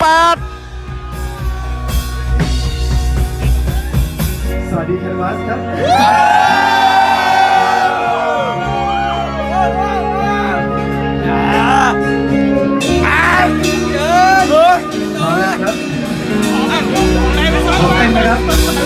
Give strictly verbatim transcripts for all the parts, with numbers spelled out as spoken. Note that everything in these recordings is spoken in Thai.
วัสสวัสดีแคนวาสครับขอบคุณนะครับ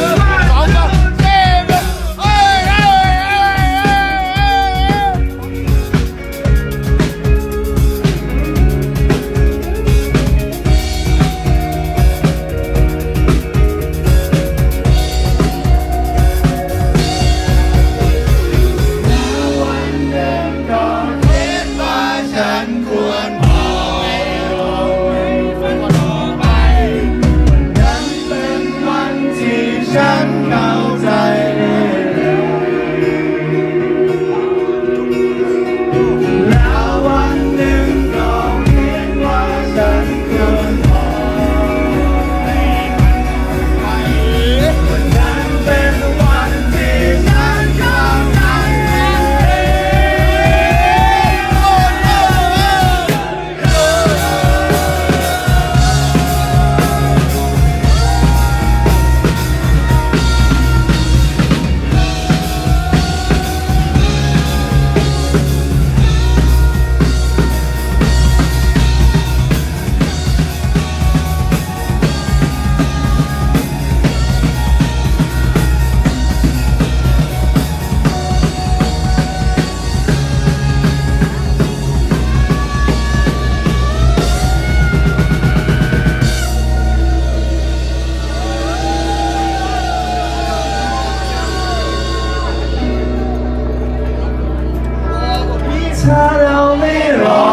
ถ้าเราไม่รอ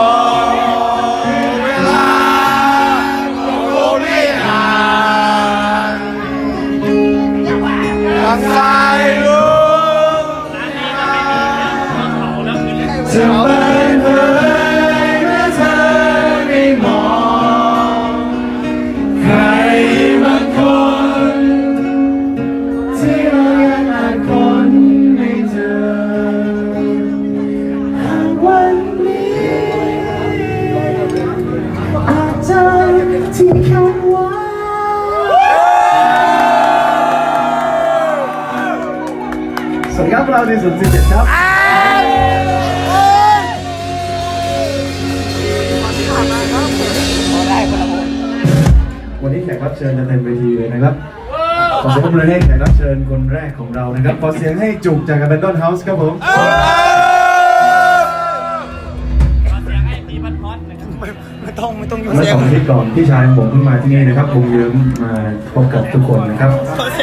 เวลาก็ไม่นานทางสายลมจะเปิดเผยเมื่อเธอได้มองใครบางคนที่เรายังอาจคนไม่เจอที่คำว่าสวัสดีครับเราในศูนย์สิบเจ็ดครับวันนี้แขกรับเชิญจะเต็มเวทีเลยนะครับขอเสียงปรบมือให้แขกรับเชิญคนแรกของเรานะครับขอเสียงให้จุกจากแอปเปิลต้นเฮาส์ครับผมไม่ต้องไม่ต้องอยู่เมื่อสองอาทิตย์ก่อนพี่ชายผมเพิ่งมาที่นี่นะครับวงเยิ้มมาพบกับทุกคนนะครับ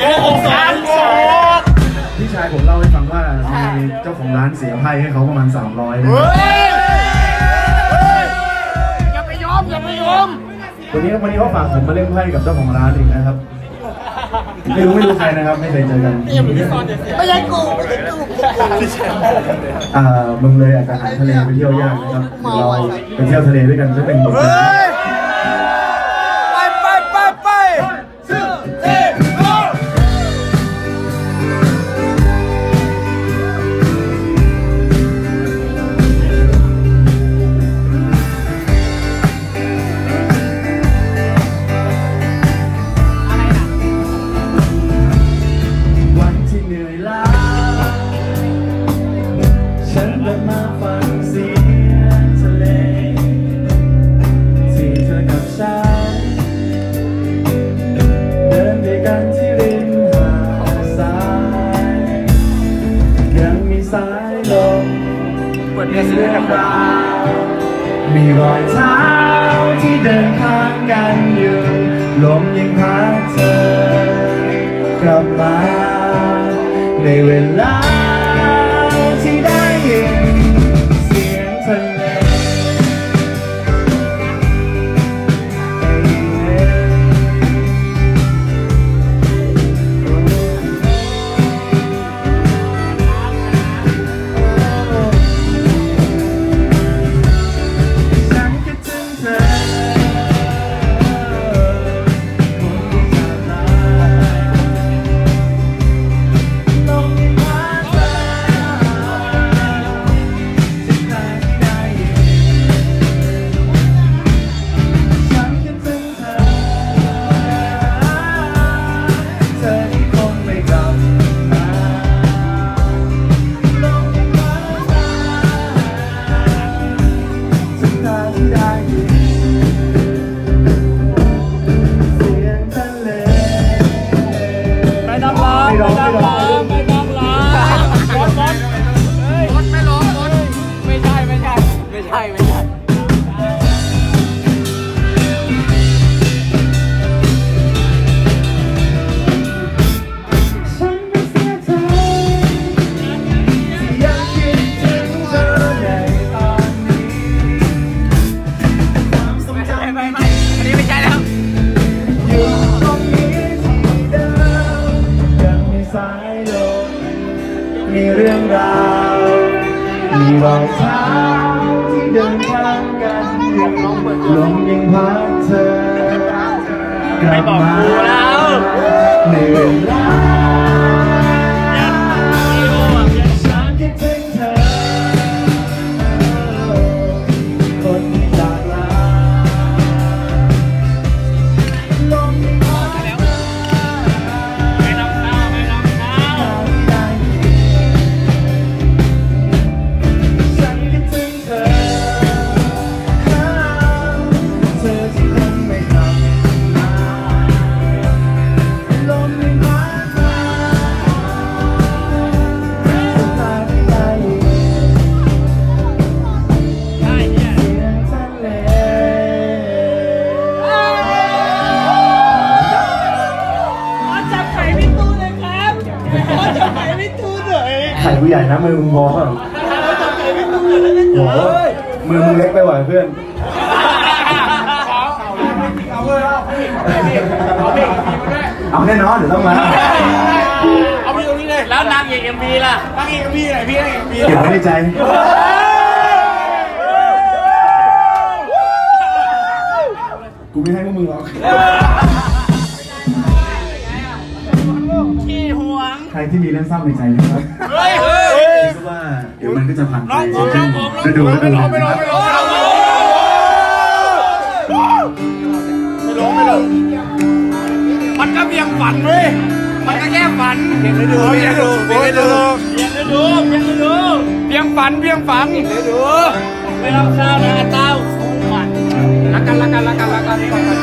พี่ชายผมเล่าให้ฟังว่ามีเจ้าของร้านเสียไพ่ให้เขาประมาณสามร้อยอย่าไปยอมอย่าไปยอมวันนี้วันนี้เขาฝากผมมาเล่นไพ่กับเจ้าของร้านเองนะครับไม่รู้ไม่รู้ใครนะครับไม่เคยเจอกันไม่ใช่กูไม่ใช่กูอ่ามึงเลยอาจจะหาทะเลไปเที่ยวยากนะครับเราไปเที่ยวทะเลด้วยกันสักหนึ่งวันไปไปไปไปซื้อเทโก้มีรอยเท้าที่เดินข้างกันอยู่ลมยังพาเธอกลับมาในเวลาที่ได้ยินเสียงทะเลลมรอยเท้าที่เดินข้างกันอยู่ลมยังพัดเธอกลับมาในเวลาฉันคิดถึงเธอคนที่จากลาลมยังพัดไม่น้ำตาไม่น้ำตาฉันคิดถึงเธอเธอที่คงไม่กลับมาลมยังพัดมาสบตาที่ไหนเสียงทะเลขอจับไข่พี่ตูนเลยครับขอจับไข่พี่ตูนหน่อยไข่ผู้ใหญ่นะมือมึงพอเปล่าขอจับไข่พี่ตูนหน่อยแล้วกันโอ้โหมือมึงเล็กไปหว่ะเพื่อนเอาแน่นอนเดี๋ยวต้องมาเอาพี่ตรงนี้เลยแล้วนางเอกเอ็มวีล่ะนางเอกเอ็มวีไหนพี่นางเอกเอ็มวีเก็บไว้ในใจกูไม่ให้พวกมึงหรอกขี้ห่วงใครที่มีเรื่องเศร้าในใจนะครับเฮ้ยคิดว่าเดี๋ยวมันก็จะผ่านไปก็ดูก็ดูนะครับไม่ลงไม่ลงมันก็เพียงฝันเว้ยมันก็แค่ฝันเพียงฤดูเพียงฤดูเพียงฤดูเพียงฤดูเพียงฤดูเพียงฝันเพียงฝันฤดูไม่รับข้าวนะเต้าฝันรักกันรักกันรักกันรักกัน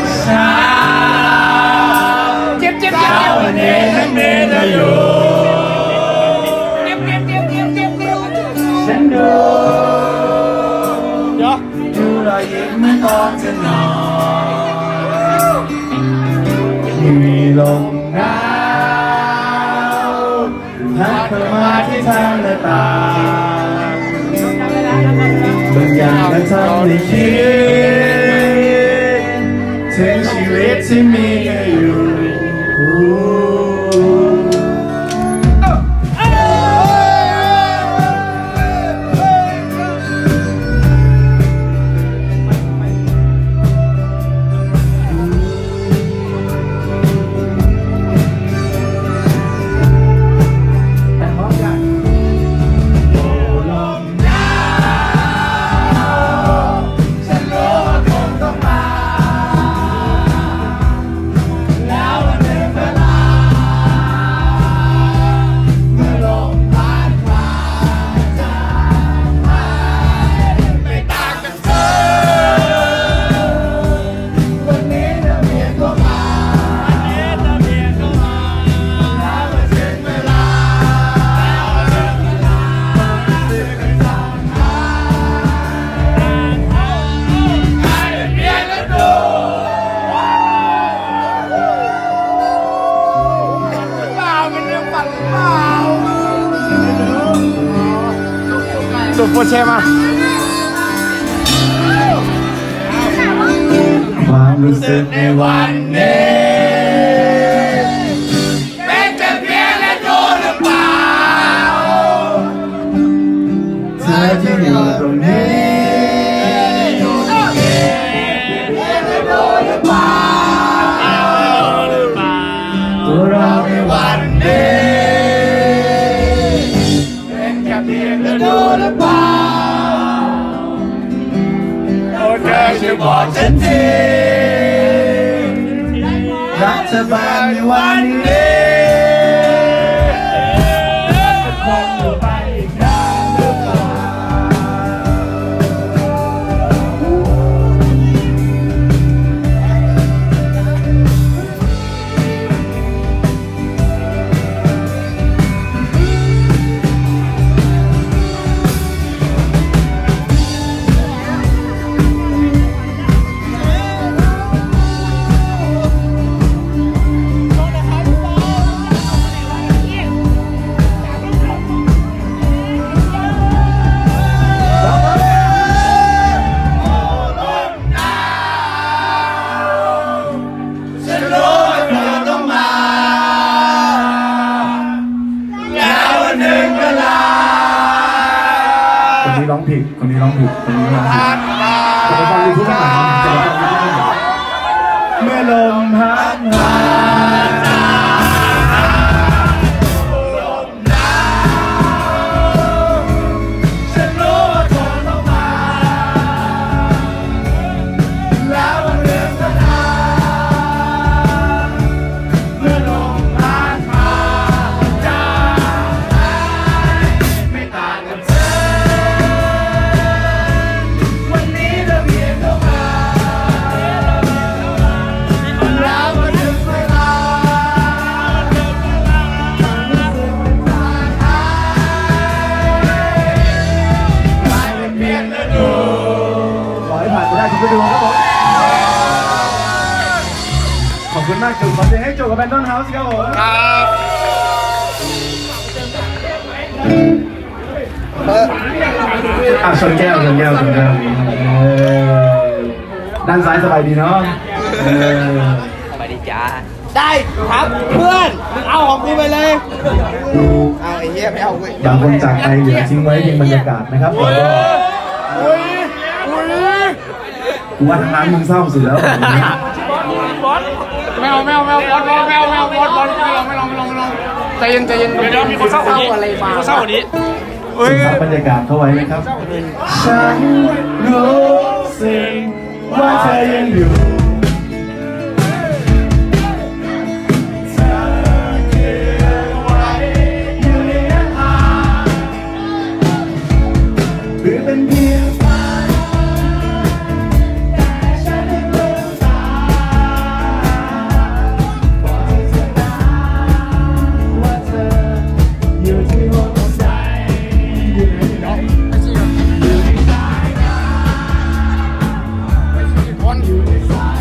เจ็บเจ็บเจ็บเจ็บเนธเนธอยู่เจ็บเจ็บเจ็บเจ็บเจ็บเจ็บฉันดูเดี๋ยวดูรอยยิ้มเมื่อตอนจะนอนมีลมหนาวพัดเข้ามาที่ทางหน้าต่างบางอย่างมันทำให้คิดถึงชีวิตที่มีอยู่สุดโคตรเช่มาความรู้สึกในวันนี้เป็นแต่เพียงและดูหรือเปล่าเธอที่อยู่ตรงนี้ตัวเราในวันนี้เป็นแค่เพียงและดูหรือเปล่าโอ้เธอช่วยบอกฉันทีรักเธอบ้างในวันนี้คงอยู่ไปอีกนานหรือเปล่าผิดคนนี้ร้องผิดคนนี้ร้องผิดจะไปฟังยูทูบข้างหลังจะไปฟังยูทูบข้างหลังเมื่อลมพัดผ่านฉันรู้ว่าเธอต้องมาแล้ววันเรื่องก็นานเมื่อลมพัดผ่านจากไม่ต่างกับเธอวันนี้เธอเพียงเข้ามาแล้วมาถึงเวลาขอให้ผ่านไปได้ทุกฤดูครับผมขอบคุณมากจุ๊บขอเสียงให้จุ๊บกับแบนดอนเฮาส์ครับผมครับอ่ะชนแก้วชนแก้วชนแก้วเออด้านซ้ายสบายดีเนาะเออสวัสดีจ้าได้ครับเพื่อนมึงเอาของกูไปเลยเอาไอ้เหี้ยไม่เอากูบางคนจากไปเหลือทิ้งไว้เพียงบรรยากาศนะครับแล้วก็อุ้ยอุ้ยกูว่าทางร้านมึงเศร้าสุดแล้วไม่เอาไม่เอาไม่เอาบอลบอลไม่เอาไม่เอาบอลบอลไม่ลองไม่ลองไม่ลองไม่ลองใจเย็นใจเย็นเดี๋ยวมีคนเศร้ากว่านี้อะไรมาเศร้ากว่านี้ซึมซับบรรยากาศเข้าไว้นะครับฉันรู้สึกว่าเธอยังอยู่เธอคือไว้อยู่ในนั้นหรือเป็นเพียงฝันแต่ฉันได้เริ่มตาบอกเธอเถอะนะว่าเธออยู่ที่หัวใจอยู่ในใจอยู่ในสายตาอยู่ในสาย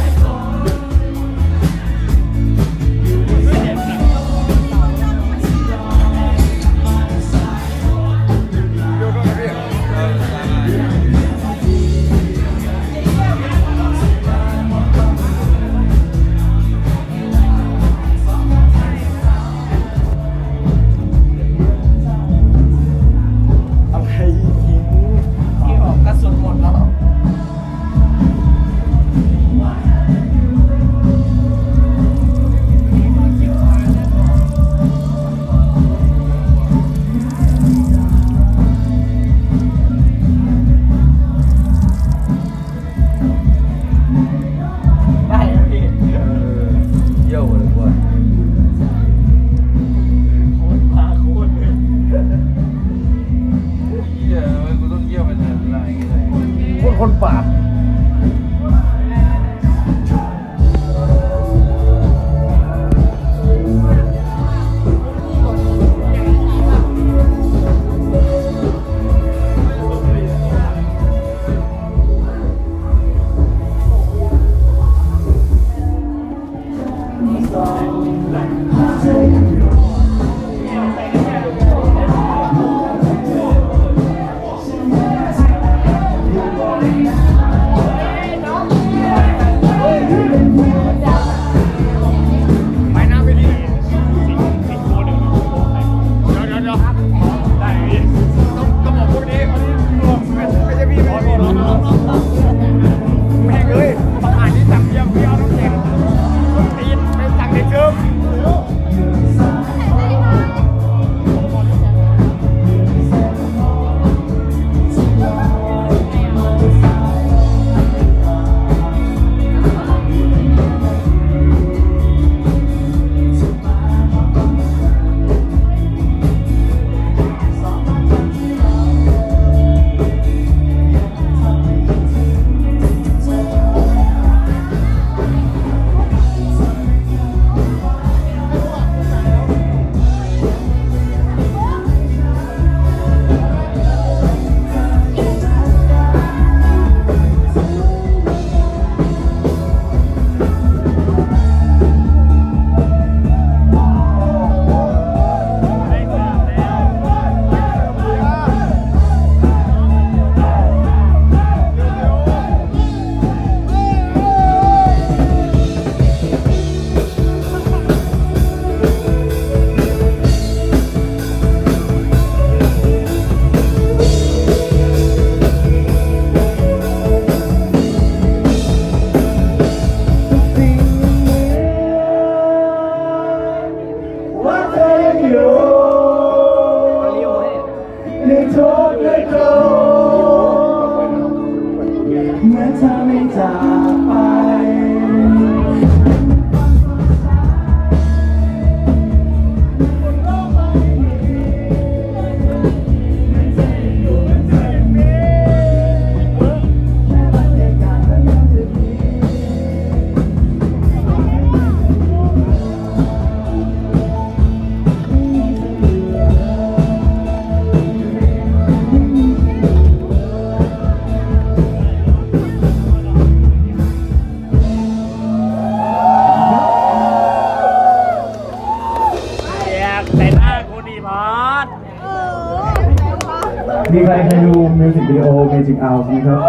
มีใครเคยดูมิวสิกวิดีโอ Magic Hour ไหมครับ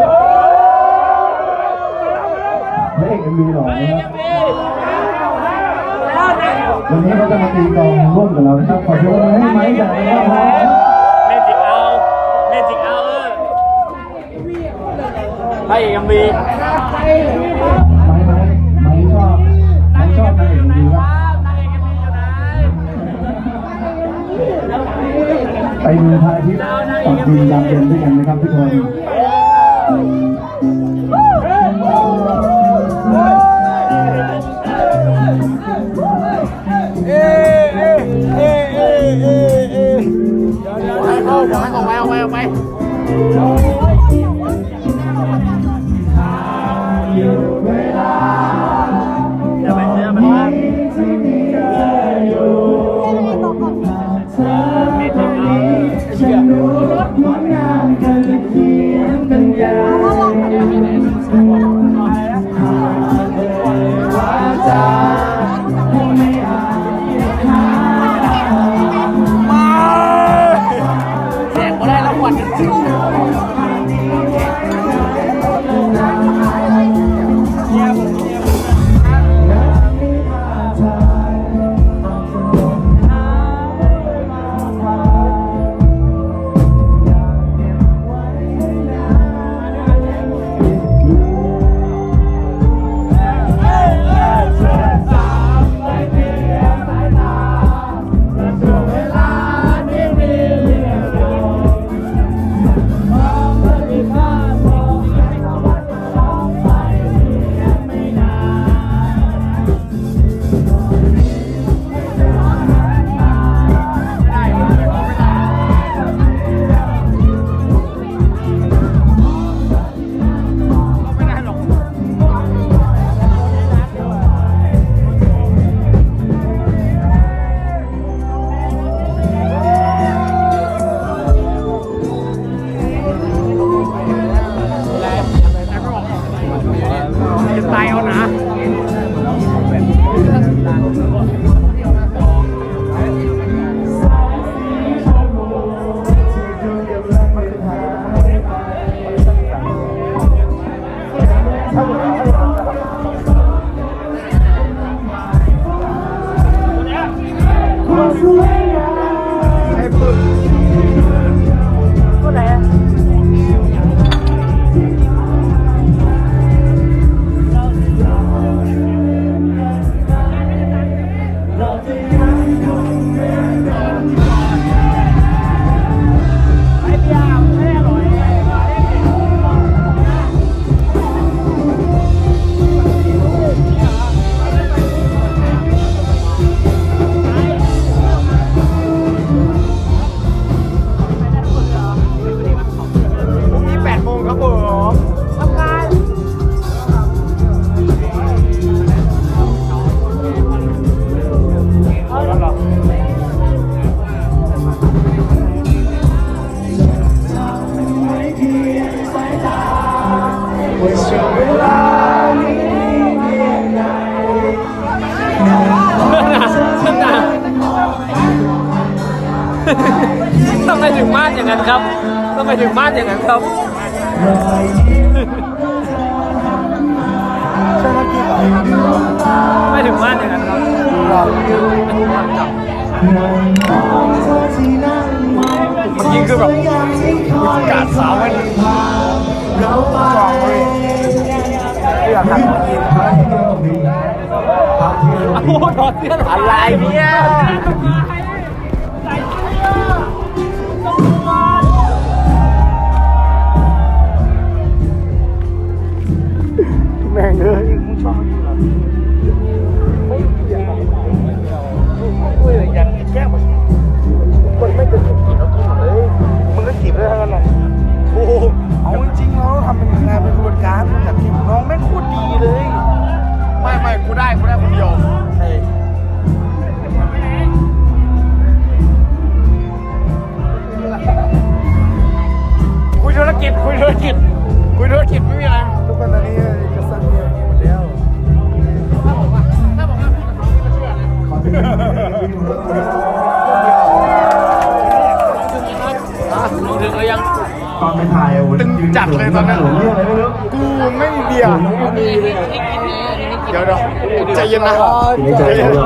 พระเอก เอ็ม วี หล่อนะครับวันนี้เขาจะมาตีกลองร่วมกับเรานะครับขอเชิญให้ไม้จากนะครับเมจิกเอาเมจิกเอาพระเอก เอ็ม วีไม้ไม้ไม้ชอบไม้ชอบนางเอก เอ็ม วี ครับไปดูพระอาทิตย์ตกดินยามเย็นด้วยกันนะครับทุกคนเอ๊ะเอ๊ะเอ๊ะเอ๊ะเอ๊ะเอ๊ะให้เข้าให้ออกไปออกไปออกไปจะไปเจอมันว่าฉันรู้รสงดงามกันเขียนบรรยายหากเอ่ยวาจาคงไม่อาจหามาเสียงก็ได้แล้วหวัดกันสิตายเอานะทำไมถึงมาดอย่างนั้นครับทำไมถึงมาดอย่างนั้นครับไม่ถึงมาดอย่างนั้นครับเมื่อกี้คือแบบกาดสาวมันกองเลยเรื่องครับโอ้โหถอดเสื้ออะไรเนี่ยแม่งเลยมึงชอบอยู่เหรอไม่เกี่ยวคุยอะไรอย่างแก้วคนไม่จะจีบเรากินเลยมึงก็จีบได้ทั้งนั้นแหละโอ้โหเอาจริงๆเราทำเป็นงานเป็นกระบวนการจากทีมน้องแม่งโคตรดีเลยไม่ไม่กูได้กูได้คนเดียวคุยธุรกิจคุยธุรกิจคุยธุรกิจไม่มีอะไรทุกคนตอนนี้จะสั่งเดียวหมดแล้วตอนไปถ่ายตึงจัดเลยตอนนั้นกูไม่มีเบียร์เดี๋ยวเดี๋ยวใจเย็นนะใจเย็น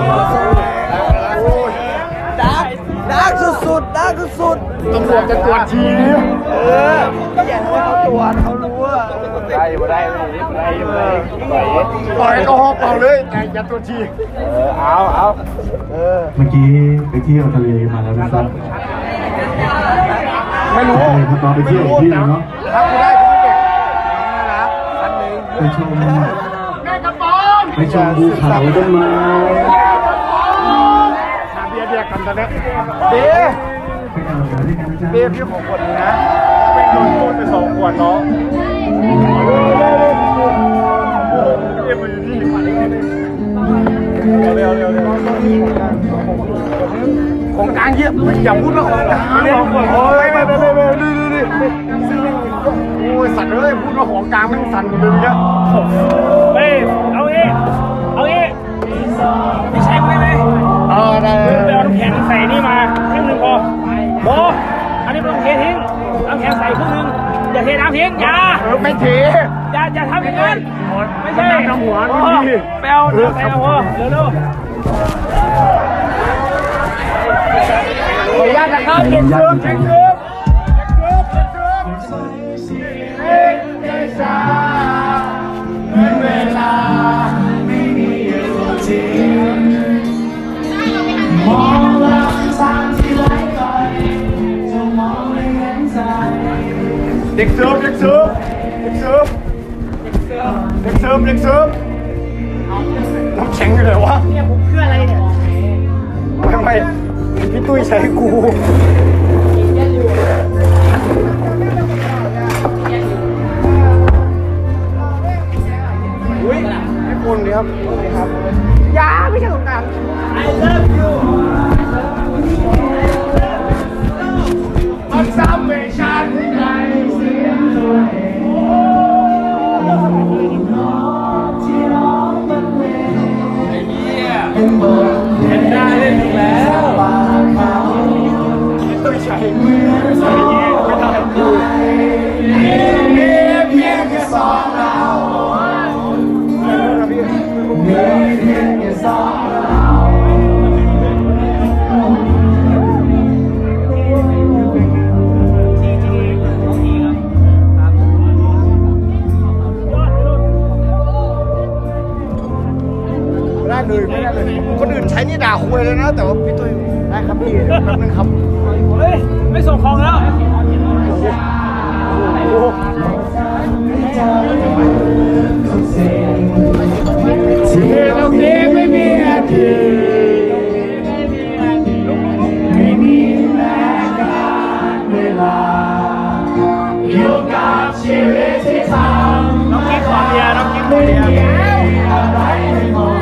ดักดักสุดๆดักสุดตำรวจจะตรวจทีเอออย่าให้เขาตรวจเขารู้ว่าได้ไม่ได้ไม่ได้ไม่ได้ปล่อยก็หอบเปล่าเลยแต่อย่าตรวจทีเออเอาเอาเออเมื่อกี้ไปเที่ยวทะเลมาแล้วนะครับไม่รู้ตอนไปเที่ยวที่ไหนเนาะรับไม่ได้ที่เด็กน่ารักอันนึงไปชมแม่กระป๋องไปชมภูเขาต้นไม้เบียร์เบียร์กันตอนนี้เบียร์เบียร์พี่ของขวดนึงนะเป็นโดนโดนไปสองขวดเนาะเบียร์มาอยู่ที่เร็วเร็วเร็วของกลางเยอะอย่าพูดว่าของกลางโอ้ยไม่ไม่ไม่ไม่ดูดูดิโอ้ยสั่นเลยพูดว่าของกลางมันสั่นเลยเยอะเฮ้ยเอาเองเอาเองไม่ใช่ไหมเลยเออได้ไปเอาน้ำแข็งใส่นี่มาครึ่งหนึ่งพอโบอันนี้เป็นน้ำแข็งทิ้งน้ำแข็งใส่ครึ่งหนึ่งอย่าเทน้ำทิ้งอย่าไม่เทอย่าอย่าทำอย่างนั้นไม่ใช่น้ำหัวนี่ไปเอาน้ำใส่มาพอเร็วเร็วขออนุญาตนะครับเช็คเชื้อเช็คเชื้อเช็คเชื้อเช็คเชื้อเช็คเชื้อเมื่อเวลาไม่มีอยู่จริงมองลำทางที่ไหลไปจะมองไม่เห็นใจเด็กเสิร์ฟเด็กเสิร์ฟเด็กเสิร์ฟเด็กเสิร์ฟเด็กเสิร์ฟน้ำแข็งอยู่เลยวะเนี่ยผมเพื่ออะไรเนี่ยไม่ไม่พี่ตุ้ยใช้กูอุ้ยให้คุณดีครับยาไม่ใช่สงกรานต์ I love you มันซ้ำเป็นฉันในเสียงตัวเองที่ร้องมันเล่นไอ้เหี้ยเป็นบทเห็นได้เล่นอีกแล้วตุ้ยใช้ใช้เงี้ยไม่ได้มีเพียงแค่สองเรามีเพียงแค่สองเราเลยไม่ได้เลยคนอื่นใช้นี่ด่าคุยเลยนะแต่ว่าพี่ตุ้ยได้ครับพี่แป๊บนึงครับเฮ้ยไม่ส่งของแล้วที่ตรงนี้ไม่มีอดีตไม่มีแม้การเวลาอยู่กับชีวิตที่ทำน้องกิ๊กขอเดียน้องกิ๊กขอเดียอะไรไม่มอง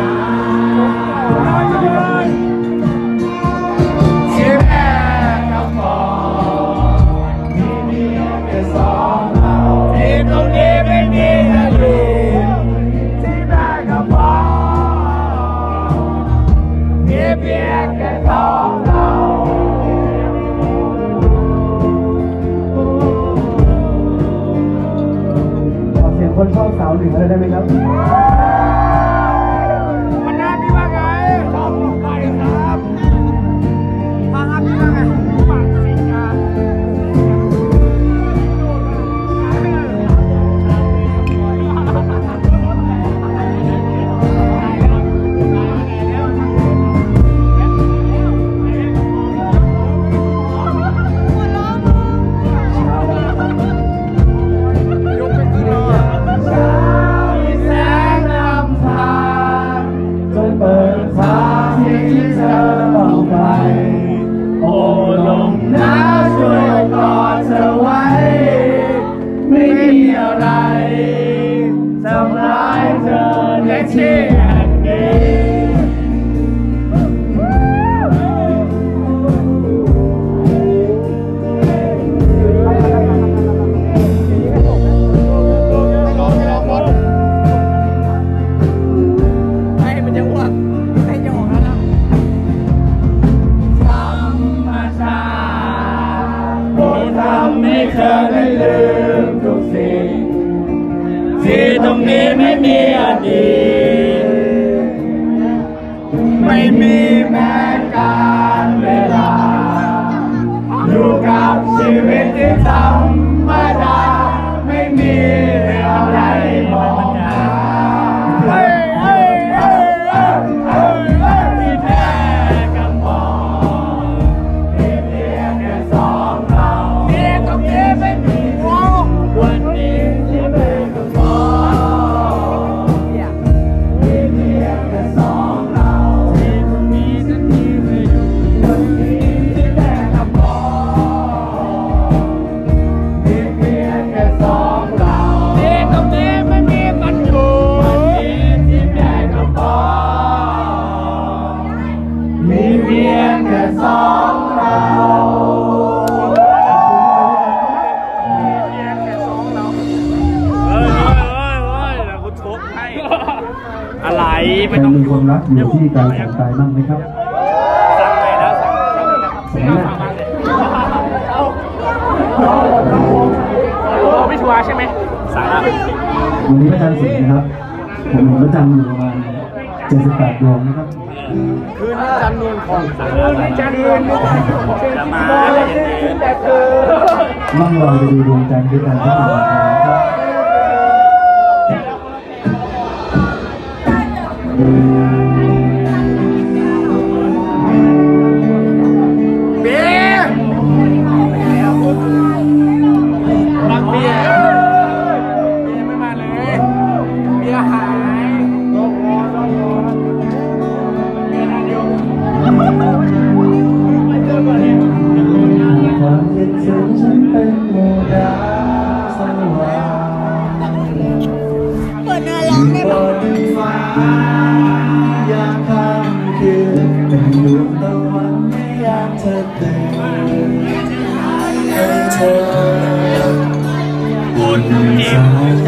คนชอบสาวหนึ่งอะไรได้ไหมครับมันน่าพี่ว่าไงชอบใครครับมาครับพี่ว่าไงปากสิงาไม่เคยการเวลาอยู่กับชีวิตที่ธรรมดาไม่มีอะไรมองหาเฮ้ยเฮ้ยเฮ้ยเฮ้ยเฮ้ยเฮ้ยมีแค่กำมองมีเพียงแค่สองเราเพียงตรงนี้ไม่มีวันนี้ที่ไม่กำมองมีเพียงแค่สองเราที่ตรงนี้จะมีไม่อยู่วันนี้ที่แค่กำมองมีเพียงแค่สองเราที่ตรงนี้ไม่มีมันอยู่วันนี้ที่แค่กำมองมีเพียงแค่สองเราอะไรไม่แต่ต้องมีความรักอยู่ที่การสั่งตายบ้างไหมครับสั่งไปแล้วสั่งไม่ชัวร์ใช่ไหมสั่งแล้ววันนี้พระจันทร์สุกนะครับผมเห็นพระจันทร์อยู่ประมาณเจ็ดสิบแปดดวงนะครับคืนจันทร์นวลของคืนจันทร์นวลจะมาอะไรอย่างนี้แต่คือล่องลอยไปดูดวงจันทร์ด้วยกันที่หนึ่งนะครับเบียร์รักเบียร์เบียร์ไม่มาเลยเบียร์หายรอรอรอรอเบียร์นาเดียวไม่เจอก่อนเลยความคิดถึงฉันเป็นโมดาสว่างเปิดเนื้อร้องได้บปะนฟ้ายามค่ำคืนเป็นดวงตะวันไม่อยากเธอตื่นให้เธออุ่นใจ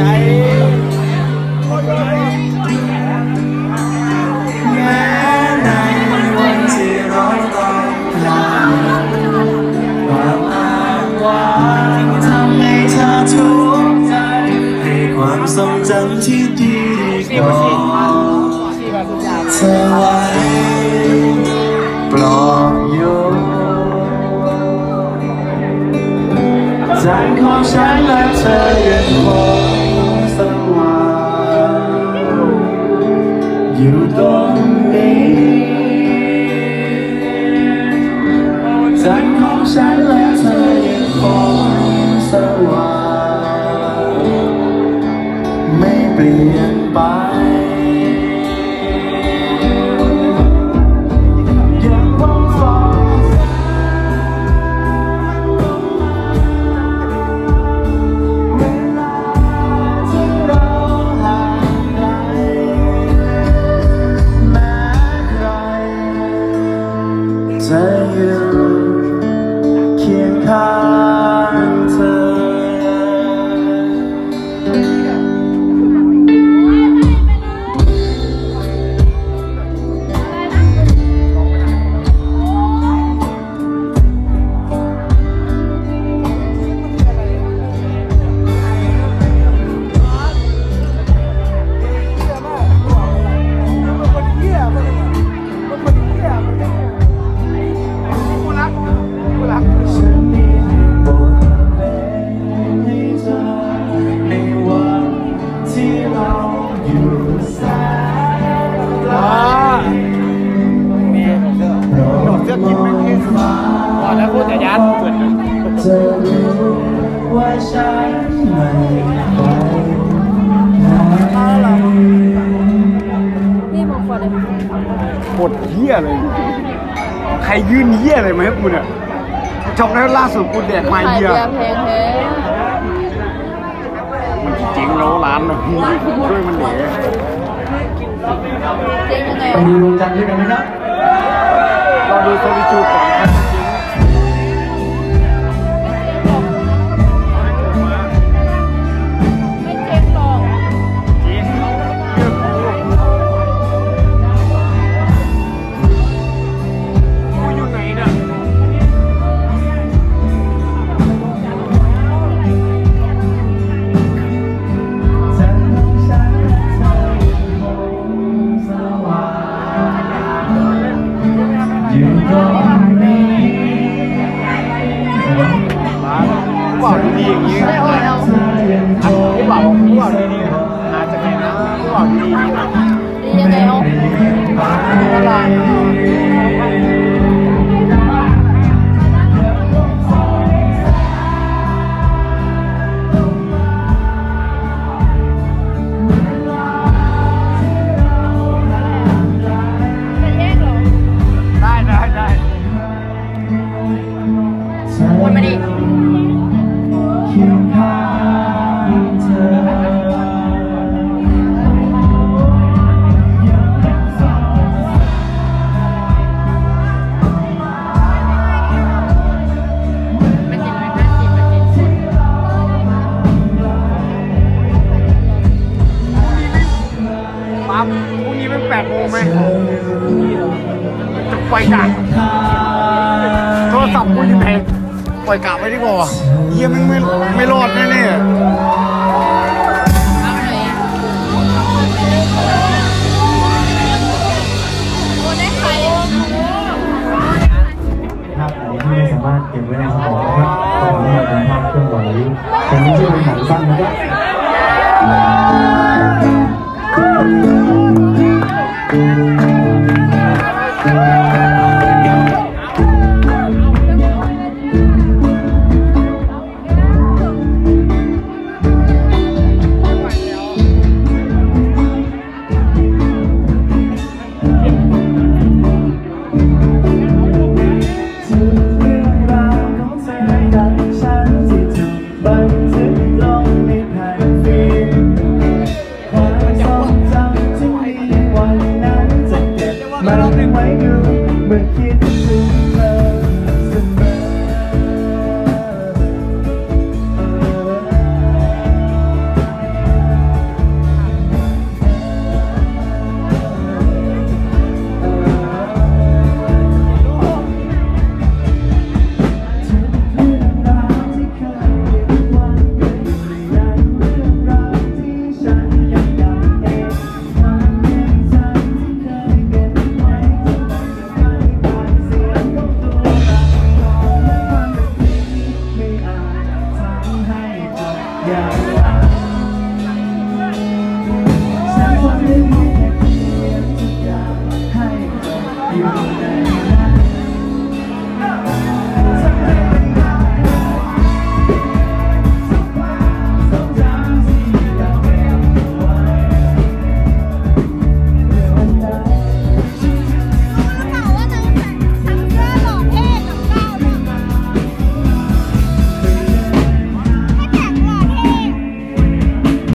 แม้ในวันที่ร้อนตอนกลางความอ้างว้างทำให้เธอทุกข์ใจให้ความทรงจำที่ดีก่อนเธอไว้ปลอบโยนใจของฉันและเธอยังคงสว่างอยู่ตรงนี้ใจของฉันและเธอยังคงสว่างไม่เปลี่ยนไปยังคงฟ้าเวลาที่เราห่างไกลแม้ใครจะอยู่เคียงข้างเธอ ฉันมีบทเพลงให้เธอในวันที่เราอยู่แสนไกลโปรดมองฟ้าก่อนแล้วพูดแต่ยัดเปิดจะรู้ว่าฉันไม่ไปไหนนี่มงคลเลยหมดเหี้ยเลย ใครยื่นเหี้ยอะไรมาให้กูเนี่ยจำได้ล่าสุดกูแดกมาขายเหี้ยเบียร์เพลงเฮ้ยมันจริงแล้วร้านนะช่วยมันเด๋จริงยังไงไปดูดวงจันทร์ด้วยกันนะครับเราดูโซลิจูดก่อนครับจริงไม่เจ๊งหรอกจริงเชื่อกูกูอยู่ไหนเนี่ยฉันของฉันและเธอยังคงสว่างอยู่ตดีดียังไงเอาตลาดได้ได้ได้วนมาดิเคียงข้างเธอเป็นเจ็ดร้อยห้าสิบเป็นเจ็ดสิบปั๊มพรุ่งนี้เป็นแปดโมงไหมจะปล่อยกะโทรศัพท์กูอยู่ไหนปล่อยกะไว้ดีกว่าเยี่ยมไม่ไม่รอดแน่ๆเอาไหนโอ้ได้ใครภาพไหนที่ไม่สามารถเก็บไว้ในสมองนะครับก็ขอให้เป็นภาพเคลื่อนไหวเป็นนี้ชื่อเป็นหนังสั้นนะครับ